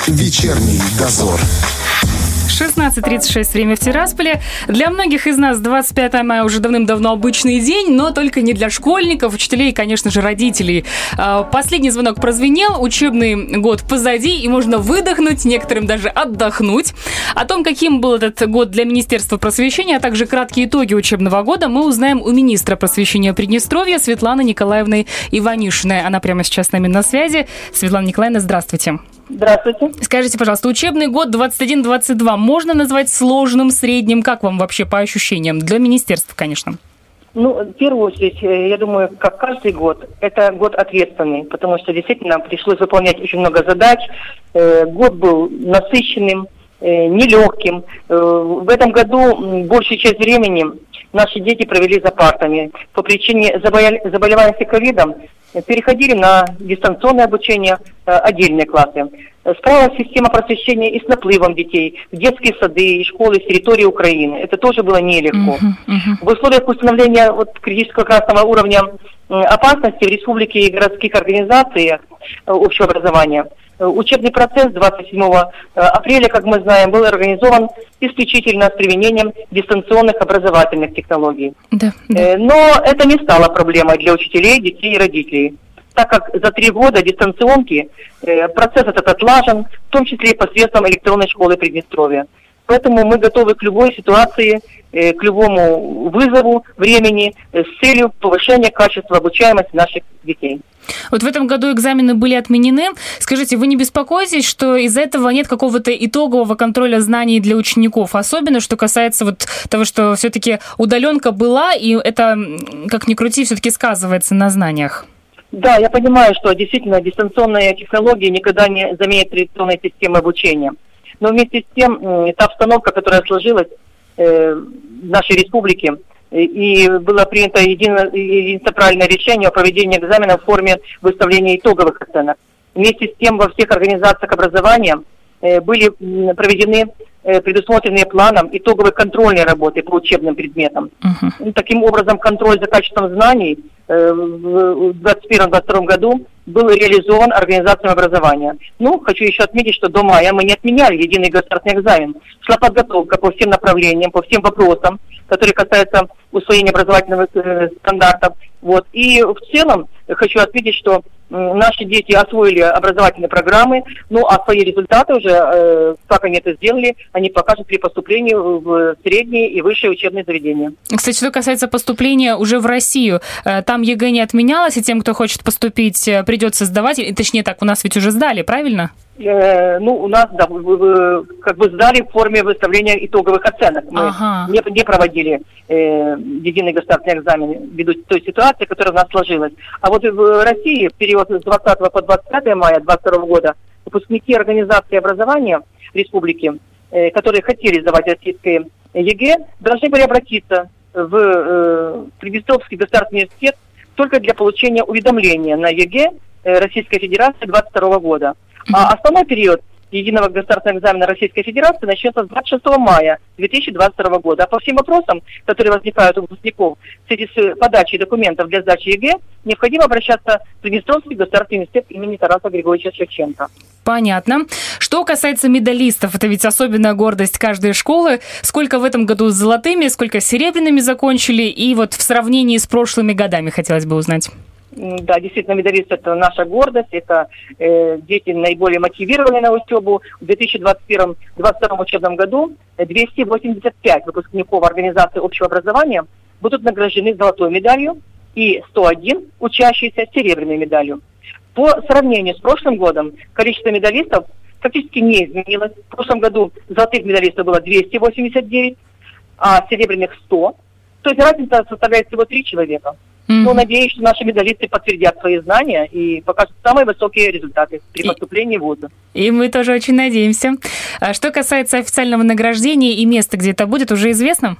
Вечерний дозор. 16:36 время в Тирасполе. Для многих из нас 25 мая уже давным-давно обычный день, но только не для школьников, учителей и, конечно же, родителей. Последний звонок прозвенел, учебный год позади, и можно выдохнуть, некоторым даже отдохнуть. О том, каким был этот год для Министерства просвещения, а также краткие итоги учебного года, мы узнаем у министра просвещения Приднестровья Светланы Николаевны Иванишиной. Она прямо сейчас с нами на связи. Светлана Николаевна, здравствуйте. Здравствуйте. Скажите, пожалуйста, учебный год 21-22 можно назвать сложным, средним? Как вам вообще по ощущениям? Для министерства, конечно. В первую очередь, я думаю, как каждый год, это год ответственный, потому что действительно пришлось выполнять очень много задач. Год был насыщенным, нелегким. В этом году большую часть времени наши дети провели за партами. По причине заболеваемости ковидом переходили на дистанционное обучение отдельные классы. Справилась система просвещения и с наплывом детей в детские сады и школы с территории Украины. Это тоже было нелегко. В условиях установления критического красного уровня опасности в республике и городских организациях общего образования учебный процесс 27 апреля, как мы знаем, был организован исключительно с применением дистанционных образовательных технологий. Да. Но это не стало проблемой для учителей, детей и родителей, так как за 3 года дистанционки процесс этот отлажен, в том числе и посредством электронной школы Приднестровья. Поэтому мы готовы к любой ситуации, к любому вызову времени с целью повышения качества обучаемости наших детей. Вот в этом году экзамены были отменены. Скажите, вы не беспокоитесь, что из-за этого нет какого-то итогового контроля знаний для учеников? Особенно, что касается вот того, что все-таки удаленка была, и это, как ни крути, все-таки сказывается на знаниях. Да, я понимаю, что действительно дистанционные технологии никогда не заменят традиционной системы обучения. Но вместе с тем, та обстановка, которая сложилась в нашей республике, и было принято единственное правильное решение о проведении экзамена в форме выставления итоговых оценок. Вместе с тем во всех организациях образования были проведены предусмотренные планом итоговые контрольные работы по учебным предметам. Таким образом, контроль за качеством знаний в 2021-2022 году был реализован организацией образования. Хочу еще отметить, что до мая мы не отменяли единый государственный экзамен. Шла подготовка по всем направлениям, по всем вопросам, которые касаются усвоения образовательных стандартов. И в целом хочу отметить, что наши дети освоили образовательные программы, а свои результаты уже, как они это сделали, они покажут при поступлении в средние и высшие учебные заведения. Кстати, что касается поступления уже в Россию, там ЕГЭ не отменялось, и тем, кто хочет поступить, придется сдавать, точнее так, у нас ведь уже сдали, правильно? У нас, да, сдали в форме выставления итоговых оценок. Мы не проводили единый государственный экзамен ввиду той ситуации, которая у нас сложилась. А вот в России в период с 20 по 25 мая 2022 года выпускники организации образования республики, которые хотели сдавать российское ЕГЭ, должны были обратиться в Приднестровский государственный университет только для получения уведомления на ЕГЭ Российской Федерации 2022 года. А основной период единого государственного экзамена Российской Федерации начнется с 26 мая 2022 года. А по всем вопросам, которые возникают у выпускников в связи с подачей документов для сдачи ЕГЭ, необходимо обращаться в Приднестровский государственный университет имени Тараса Григорьевича Шевченко. Понятно. Что касается медалистов, это ведь особенная гордость каждой школы. Сколько в этом году с золотыми, сколько с серебряными закончили? И вот в сравнении с прошлыми годами хотелось бы узнать. Да, действительно, медалисты – это наша гордость, это дети наиболее мотивированные на учебу. В 2021-2022 учебном году 285 выпускников организации общего образования будут награждены золотой медалью и 101 учащиеся серебряной медалью. По сравнению с прошлым годом количество медалистов практически не изменилось. В прошлом году золотых медалистов было 289, а серебряных 100. То есть разница составляет всего 3 человека. Надеюсь, что наши медалисты подтвердят свои знания и покажут самые высокие результаты при поступлении в вузы. И мы тоже очень надеемся. Что касается официального награждения и места, где это будет, уже известно?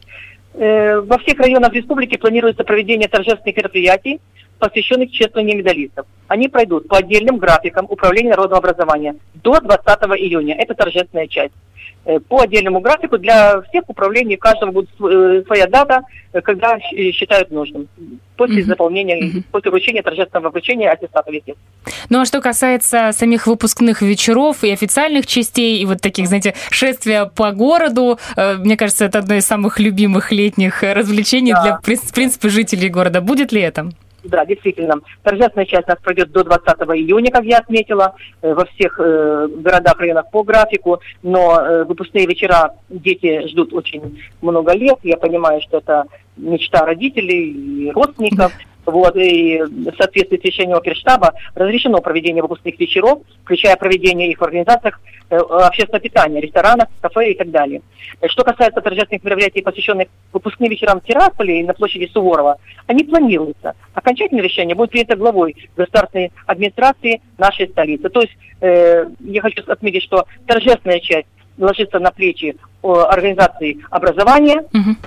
Во всех районах республики планируется проведение торжественных мероприятий, посвященных чествованию медалистов. Они пройдут по отдельным графикам Управления народного образования до 20 июня. Это торжественная часть. по отдельному графику. Для всех управлений, у каждого будет своя дата, когда считают нужным. После заполнения, после вручения, торжественного вручения аттестата везде. Ну а что касается самих выпускных вечеров и официальных частей, и вот таких, знаете, шествия по городу, мне кажется, это одно из самых любимых летних развлечений для, в принципе, жителей города. Будет ли это? Да, действительно. Торжественная часть у нас пройдет до 20 июня, как я отметила, во всех городах, районах по графику, но выпускные вечера дети ждут очень много лет. Я понимаю, что это мечта родителей и родственников. Вот, и в соответствии с решением оперштаба разрешено проведение выпускных вечеров, включая проведение их в организациях общественного питания, ресторанах, кафе и так далее. Что касается торжественных мероприятий, посвященных выпускным вечерам в Тирасполе и на площади Суворова, они планируются. Окончательное решение будет принято главой государственной администрации нашей столицы. То есть я хочу отметить, что торжественная часть ложится на плечи организации образования,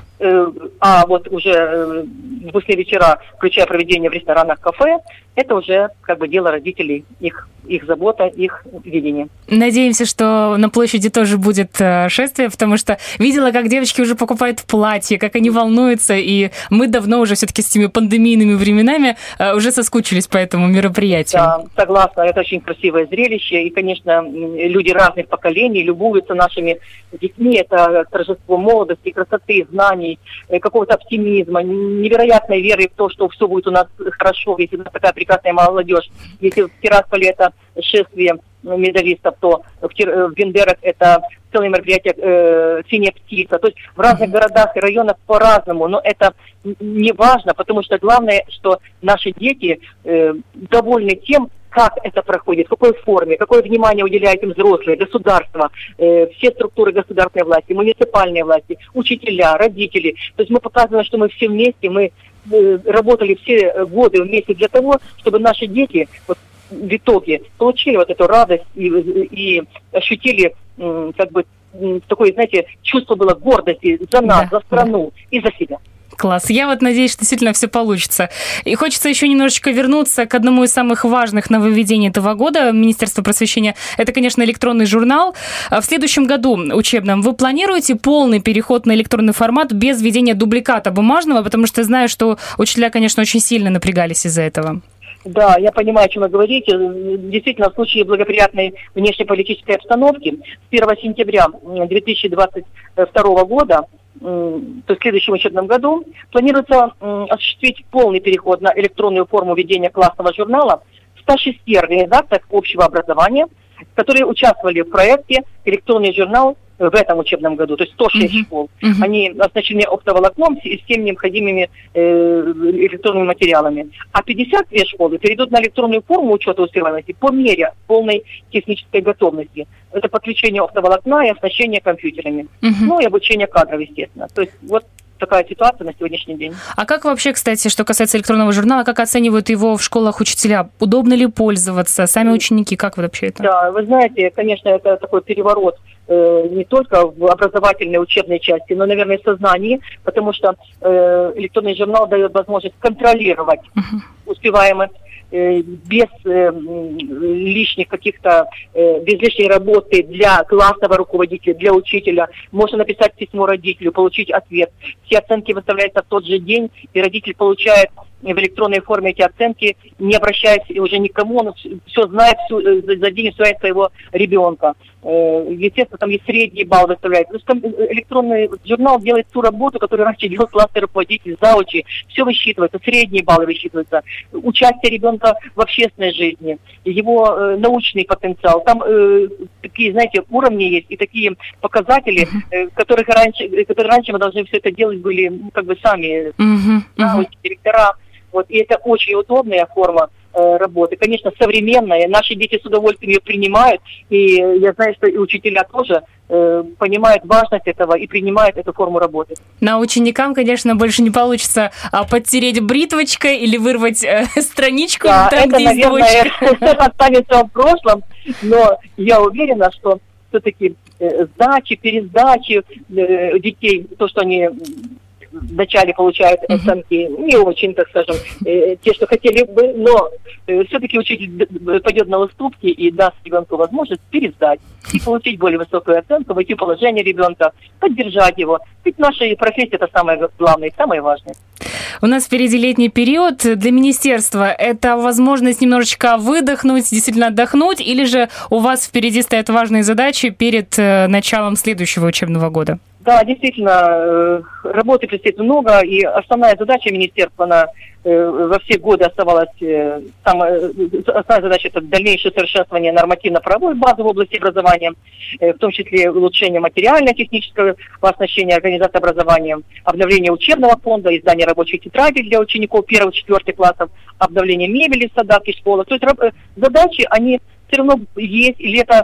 а вот уже выпускные вечера, включая проведение в ресторанах, кафе, это уже как бы дело родителей, их забота, их видение. Надеемся, что на площади тоже будет шествие, потому что видела, как девочки уже покупают платья, как они волнуются, и мы давно уже все-таки с этими пандемийными временами уже соскучились по этому мероприятию. Да, согласна, это очень красивое зрелище, и, конечно, люди разных поколений любуются нашими детьми, это торжество молодости, красоты, знаний, какого-то оптимизма, невероятной веры в то, что все будет у нас хорошо, если у нас такая прекрасная молодежь. Если в Тирасполе это шествие медалистов, то в Бендерах это целое мероприятие «Синяя птица». То есть в разных городах и районах по-разному, но это не важно, потому что главное, что наши дети довольны тем, как это проходит, в какой форме, какое внимание уделяют им взрослые, государство, все структуры государственной власти, муниципальной власти, учителя, родители. То есть мы показываем, что мы все вместе, мы работали все годы вместе для того, чтобы наши дети вот, в итоге получили вот эту радость и ощутили как бы такое, знаете, чувство было гордости за нас, за страну и за себя. Класс. Я вот надеюсь, что действительно все получится. И хочется еще немножечко вернуться к одному из самых важных нововведений этого года Министерства просвещения. Это, конечно, электронный журнал. В следующем году учебном вы планируете полный переход на электронный формат без введения дубликата бумажного? Потому что я знаю, что учителя, конечно, очень сильно напрягались из-за этого. Да, я понимаю, о чем вы говорите. Действительно, в случае благоприятной внешнеполитической обстановки с 1 сентября 2022 года, то есть в следующем учебном году, планируется осуществить полный переход на электронную форму ведения классного журнала в 106 организациях общего образования, которые участвовали в проекте «Электронный журнал» в этом учебном году, то есть 106 школ. Они оснащены оптоволокном и всеми необходимыми электронными материалами. А 52 школы перейдут на электронную форму учета успеваемости по мере полной технической готовности. Это подключение оптоволокна и оснащение компьютерами. Ну и обучение кадров, естественно. То есть вот такая ситуация на сегодняшний день. А как вообще, кстати, что касается электронного журнала, как оценивают его в школах учителя? Удобно ли пользоваться? Сами ученики, как вообще это? Да, вы знаете, конечно, это такой переворот не только в образовательной учебной части, но, наверное, в сознании, потому что электронный журнал дает возможность контролировать успеваемость, без лишних каких-то, без лишней работы для классного руководителя, для учителя. Можно написать письмо родителю, получить ответ. Все оценки выставляются в тот же день, и родитель получает в электронной форме эти оценки, не обращаясь уже никому, он все знает, за день знает своего ребенка. Естественно, там есть средний балл выставляется. Электронный журнал делает ту работу, которую раньше делал классный руководитель, заучи. Все высчитывается, средние баллы высчитываются. Участие ребенка в общественной жизни, его научный потенциал. Там такие, знаете, уровни есть и такие показатели, которые раньше мы должны все это делать были как бы сами, директора. Вот, и это очень удобная форма работы. Конечно, современная. Наши дети с удовольствием ее принимают. И я знаю, что и учителя тоже понимают важность этого и принимают эту форму работы. На ученикам, конечно, больше не получится подтереть бритвочкой или вырвать страничку. Да, там, это, где наверное, останется в прошлом. Но я уверена, что все-таки сдачи, пересдачи детей, то, что они вначале получают оценки не очень, так скажем, те, что хотели бы, но все-таки учитель пойдет на уступки и даст ребенку возможность пересдать и получить более высокую оценку, войти в положение ребенка, поддержать его. Ведь наша профессия – это самое главное и самое важное. У нас впереди летний период. Для министерства это возможность немножечко выдохнуть, действительно отдохнуть, или же у вас впереди стоят важные задачи перед началом следующего учебного года? Да, действительно, работы предстоит много, и основная задача министерства, она во все годы оставалась, основная задача – это дальнейшее совершенствование нормативно-правовой базы в области образования, в том числе улучшение материально-технического оснащения организации образования, обновление учебного фонда, издание рабочих тетрадей для учеников 1-4 классов, обновление мебели в садах и школах. То есть задачи, они все равно есть, или это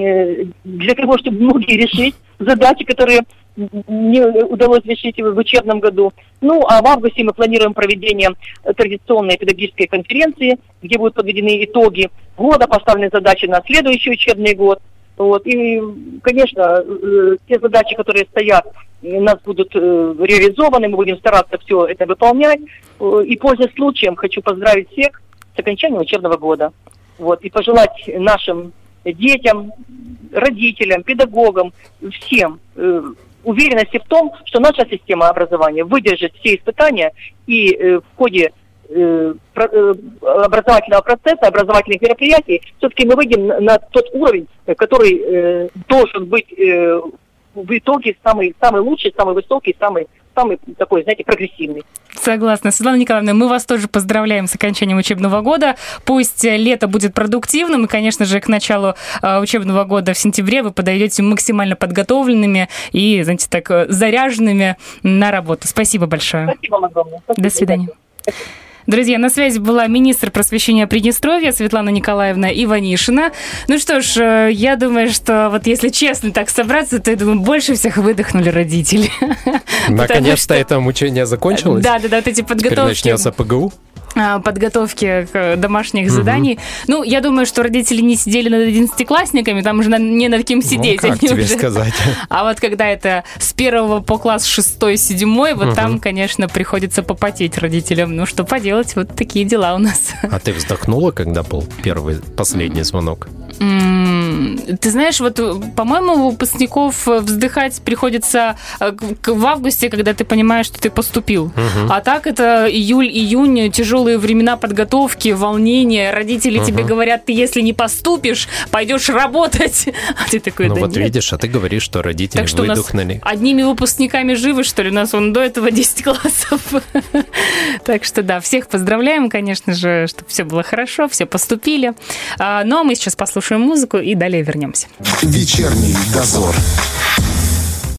для того, чтобы многие решить задачи, которые не удалось решить в учебном году. Ну, а в августе мы планируем проведение традиционной педагогической конференции, где будут подведены итоги года, поставлены задачи на следующий учебный год. Вот. И, конечно, те задачи, которые стоят, у нас будут реализованы, мы будем стараться все это выполнять. И, пользуясь случаем, хочу поздравить всех с окончанием учебного года. Вот. И пожелать нашим детям, родителям, педагогам, всем уверенности в том, что наша система образования выдержит все испытания и в ходе образовательного процесса, образовательных мероприятий все-таки мы выйдем на тот уровень, который должен быть в итоге самый лучший, самый высокий, самый такой, знаете, прогрессивный. Согласна. Светлана Николаевна, мы вас тоже поздравляем с окончанием учебного года. Пусть лето будет продуктивным, и, конечно же, к началу учебного года в сентябре вы подойдете максимально подготовленными и, знаете, так, заряженными на работу. Спасибо большое. Спасибо вам огромное. Спасибо. До свидания. Друзья, на связи была министр просвещения Приднестровья Светлана Николаевна Иванишина. Ну что ж, я думаю, что вот если честно так собраться, то, я думаю, больше всех выдохнули родители. Наконец-то это мучение закончилось? Да, вот эти подготовки. Теперь начнется ПГУ? Подготовки к домашних заданий. Ну, я думаю, что родители не сидели над 11-классниками, там уже не над кем сидеть. Ну, как тебе сказать? А вот когда это с 1 по класс 6-7, вот там, конечно, приходится попотеть родителям. Ну, что поделать, вот такие дела у нас. А ты вздохнула, когда был последний звонок? Ты знаешь, вот, по-моему, у выпускников вздыхать приходится в августе, когда ты понимаешь, что ты поступил. А так это июль-июнь, тяжелые времена подготовки, волнения. Родители тебе говорят, ты если не поступишь, пойдешь работать. А ты такой, ну да вот нет. Видишь, а ты говоришь, что родители так что выдохнули. У нас одними выпускниками живы, что ли? У нас до этого 10 классов. Так что да, всех поздравляем, конечно же, чтобы все было хорошо, все поступили. Ну а мы сейчас послушаем музыку и далее вернемся. Вечерний дозор.